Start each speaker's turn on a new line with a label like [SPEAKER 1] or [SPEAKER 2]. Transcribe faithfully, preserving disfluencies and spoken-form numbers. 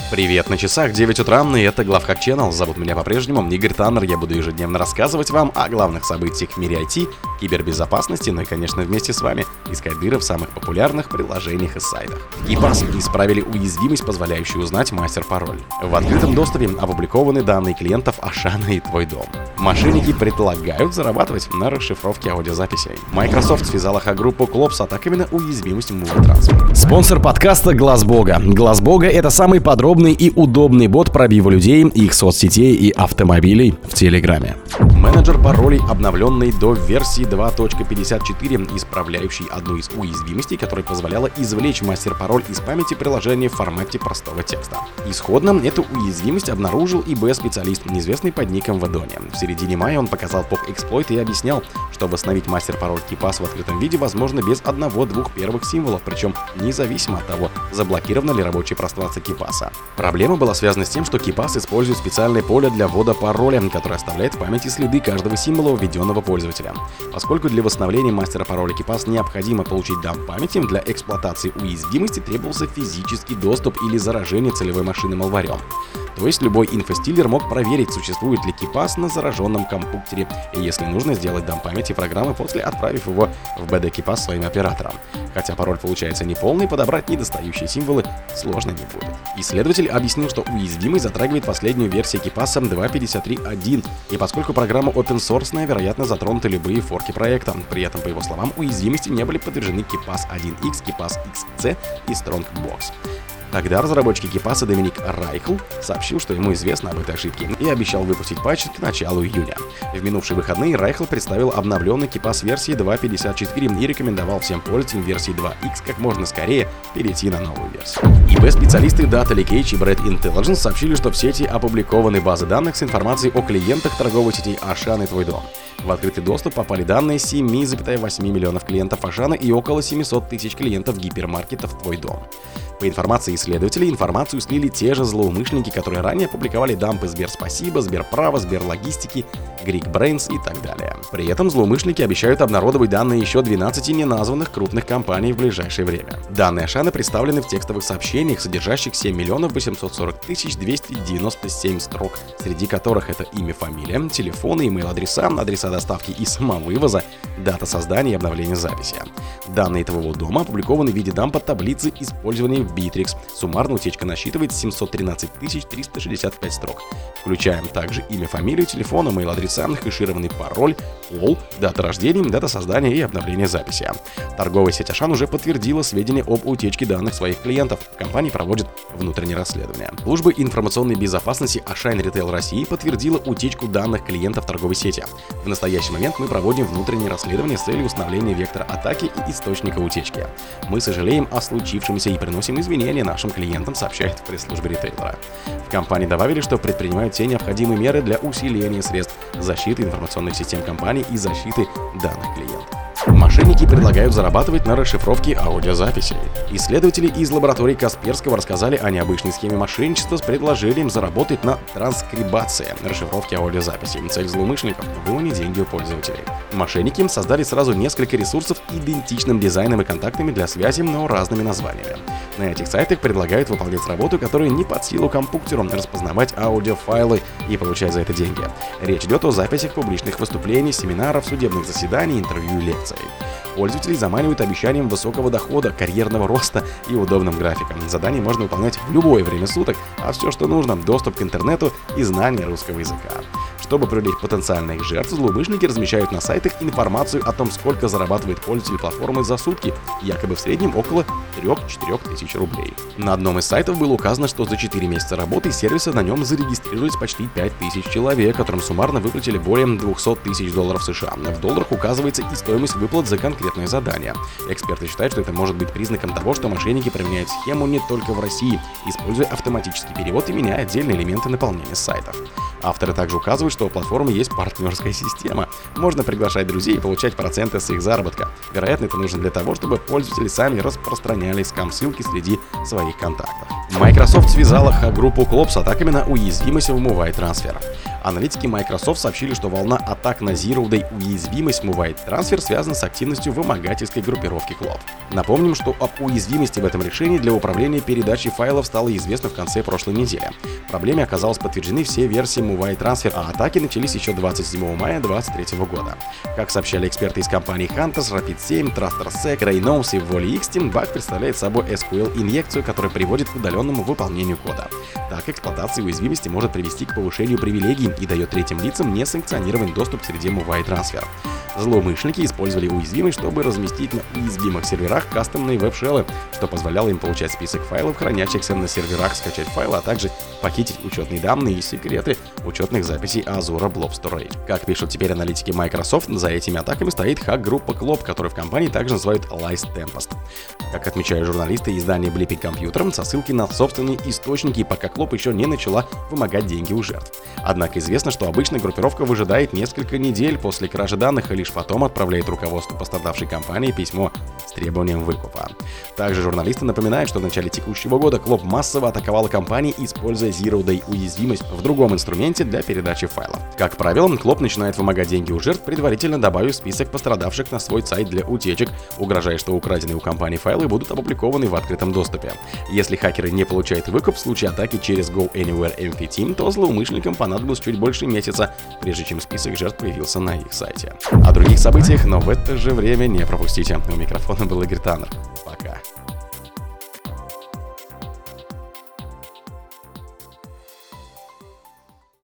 [SPEAKER 1] Привет, на часах девять утра, и это Главхак Channel. Зовут меня по-прежнему Игорь Таннер. Я буду ежедневно рассказывать вам о главных событиях в мире ай ти, кибербезопасности, ну и, конечно, вместе с вами искать дыры в самых популярных приложениях и сайтах. KeePass исправили уязвимость, позволяющую узнать мастер-пароль. В открытом доступе опубликованы данные клиентов Ашана и Твой дом. Мошенники предлагают зарабатывать на расшифровке аудиозаписей. Microsoft связала хак-группу Clops с атаками на уязвимость MoveTransfer. Спонсор подкаста Глаз Бога. Глаз Бога — это самый подробный и удобный бот пробива людей, их соцсетей и автомобилей в Телеграме. Менеджер паролей, обновленный до версии два точка пятьдесят четыре, исправляющий одну из уязвимостей, которая позволяла извлечь мастер-пароль из памяти приложения в формате простого текста. Исходно эту уязвимость обнаружил ай би-специалист, неизвестный под ником Вадони. В середине мая он показал пок-эксплойт и объяснял, что восстановить мастер-пароль KeePass в открытом виде возможно без одного-двух первых символов, причем независимо от того, заблокировано ли рабочее пространство KeePass. Проблема была связана с тем, что KeePass использует специальное поле для ввода пароля, которое оставляет в памяти следы каждого символа, введенного пользователя. Поскольку для восстановления мастера пароля KeePass необходимо получить дамп памяти, для эксплуатации уязвимости требовался физический доступ или заражение целевой машины малварем. То есть любой инфостилер мог проверить, существует ли KeePass на зараженном компьютере, и если нужно, сделать дамп памяти программы, после отправив его в би ди KeePass своим операторам. Хотя пароль получается неполный, подобрать недостающие символы сложно не будет. Исследователь объяснил, что уязвимость затрагивает последнюю версию KeePass два точка пятьдесят три точка один, и поскольку программа open-source, вероятно, затронуты любые форки проекта. При этом, по его словам, уязвимости не были подтверждены KeePass один икс, KeePass икс си и Strongbox. Тогда разработчик KeePass Доминик Райхл сообщил, что ему известно об этой ошибке, и обещал выпустить патч к началу июня. В минувшие выходные Райхл представил обновленный KeePass версии два точка пятьдесят четыре и рекомендовал всем пользователям версии два икс как можно скорее перейти на новую версию. ай би-специалисты Data Leakage и Bread Intelligence сообщили, что в сети опубликованы базы данных с информацией о клиентах торговой сети Ашан и Твой дом. В открытый доступ попали данные семь целых восемь десятых миллионов клиентов Ашана и около семьсот тысяч клиентов гипермаркетов Твой дом. По информации исследователей, информацию слили те же злоумышленники, которые ранее публиковали дампы Сберспасибо, Сберправо, Сберлогистики, Geekbrains и так далее. При этом злоумышленники обещают обнародовать данные еще двенадцати неназванных крупных компаний в ближайшее время. Данные Ашана представлены в текстовых сообщениях, содержащих семь миллионов восемьсот сорок тысяч двести девяносто семь строк, среди которых это имя, фамилия, телефоны, имейл-адреса, адреса доставки и самовывоза, дата создания и обновления записи. Данные Твоего дома опубликованы в виде дампа таблицы использования в Bittrex. Суммарно утечка насчитывает семьсот тринадцать тысяч триста шестьдесят пять строк. Включаем также имя, фамилию, телефон, имейл-адреса, хэшированный пароль, пол, дата рождения, дата создания и обновления записи. Торговая сеть Ашан уже подтвердила сведения об утечке данных своих клиентов. Компания проводит внутреннее расследование. Служба информационной безопасности Ашан Retail России подтвердила утечку данных клиентов торговой сети. В настоящий момент мы проводим внутреннее расследование с целью установления вектора атаки и источника утечки. Мы сожалеем о случившемся и приносим извинения нашим клиентам, сообщает в пресс-службе ритейлера. В компании добавили, что предпринимают все необходимые меры для усиления средств защиты информационных систем компании и защиты данных клиентов. Мошенники предлагают зарабатывать на расшифровке аудиозаписей. Исследователи из лаборатории Касперского рассказали о необычной схеме мошенничества с предложением заработать на транскрибации расшифровки аудиозаписей. Цель злоумышленников – выманить деньги у пользователей. Мошенники создали сразу несколько ресурсов идентичным дизайном и контактами для связи, но разными названиями. На этих сайтах предлагают выполнять работу, которая не под силу компьютеру, распознавать аудиофайлы и получать за это деньги. Речь идет о записях публичных выступлений, семинаров, судебных заседаний, интервью и лекций. Пользователей заманивают обещанием высокого дохода, карьерного роста и удобным графиком. Задания можно выполнять в любое время суток, а все, что нужно – доступ к интернету и знание русского языка. Чтобы привлечь потенциальных жертв, злоумышленники размещают на сайтах информацию о том, сколько зарабатывает пользователь платформы за сутки, якобы в среднем около трёх-четырёх тысяч рублей. На одном из сайтов было указано, что за четыре месяца работы сервиса на нем зарегистрировались почти пять тысяч человек, которым суммарно выплатили более двухсот тысяч долларов США. В долларах указывается и стоимость выплат за конкретное задание. Эксперты считают, что это может быть признаком того, что мошенники применяют схему не только в России, используя автоматический перевод и меняя отдельные элементы наполнения сайтов. Авторы также указывают, что у платформы есть партнерская система. Можно приглашать друзей и получать проценты с их заработка. Вероятно, это нужно для того, чтобы пользователи сами распространяли скам-ссылки среди своих контактов. Microsoft связала хак-группу Clop с атаками на уязвимость в Move Transfer. Аналитики Microsoft сообщили, что волна атак на Zero Day уязвимость Move Transfer связана с активностью вымогательской группировки Clop. Напомним, что об уязвимости в этом решении для управления передачей файлов стало известно в конце прошлой недели. Проблеме оказалось подтверждены все версии Move Transfer, а атаки начались еще двадцать седьмого мая две тысячи двадцать третьего года. Как сообщали эксперты из компаний Hunters, Rapid семь, TrusterSec, Raynos и VolleyXteam, баг представляет собой эс кью эль-инъекцию, которая приводит к удаленному выполнению кода. Так, эксплуатация уязвимости может привести к повышению привилегий и дает третьим лицам несанкционированный доступ к среде Move Transfer. Злоумышленники использовали уязвимость, чтобы разместить на уязвимых серверах кастомные веб-шеллы, что позволяло им получать список файлов, хранящихся на серверах, скачать файлы, а также похитить учетные данные и секреты учетных записей Azure Blob Storage. Как пишут теперь аналитики Microsoft, за этими атаками стоит хак-группа Clop, которую в компании также называют Lice Tempest. Как отмечают журналисты издания Blipping Computer, со ссылки на собственные источники, пока Clop еще не начала вымогать деньги у жертв. Однако известно, что обычно группировка выжидает несколько недель после кражи данных и лишь потом отправляет руководству пострадавшей компании письмо с требованием выкупа. Также журналисты напоминают, что в начале текущего года Clop массово атаковала компании, используя Zero Day уязвимость в другом инструменте для передачи файлов. Как правило, Clop начинает вымогать деньги у жертв, предварительно добавив список пострадавших на свой сайт для утечек, угрожая, что украденные у компании файлы будут опубликованы в открытом доступе. Если хакеры не получают выкуп в случае атаки через Go Anywhere эм пи Team, то злоумышленникам понадобилось чуть больше месяца, прежде чем список жертв появился на их сайте. О других событиях, но в это же время не пропустите. У микрофона был Игорь Таннер. Пока.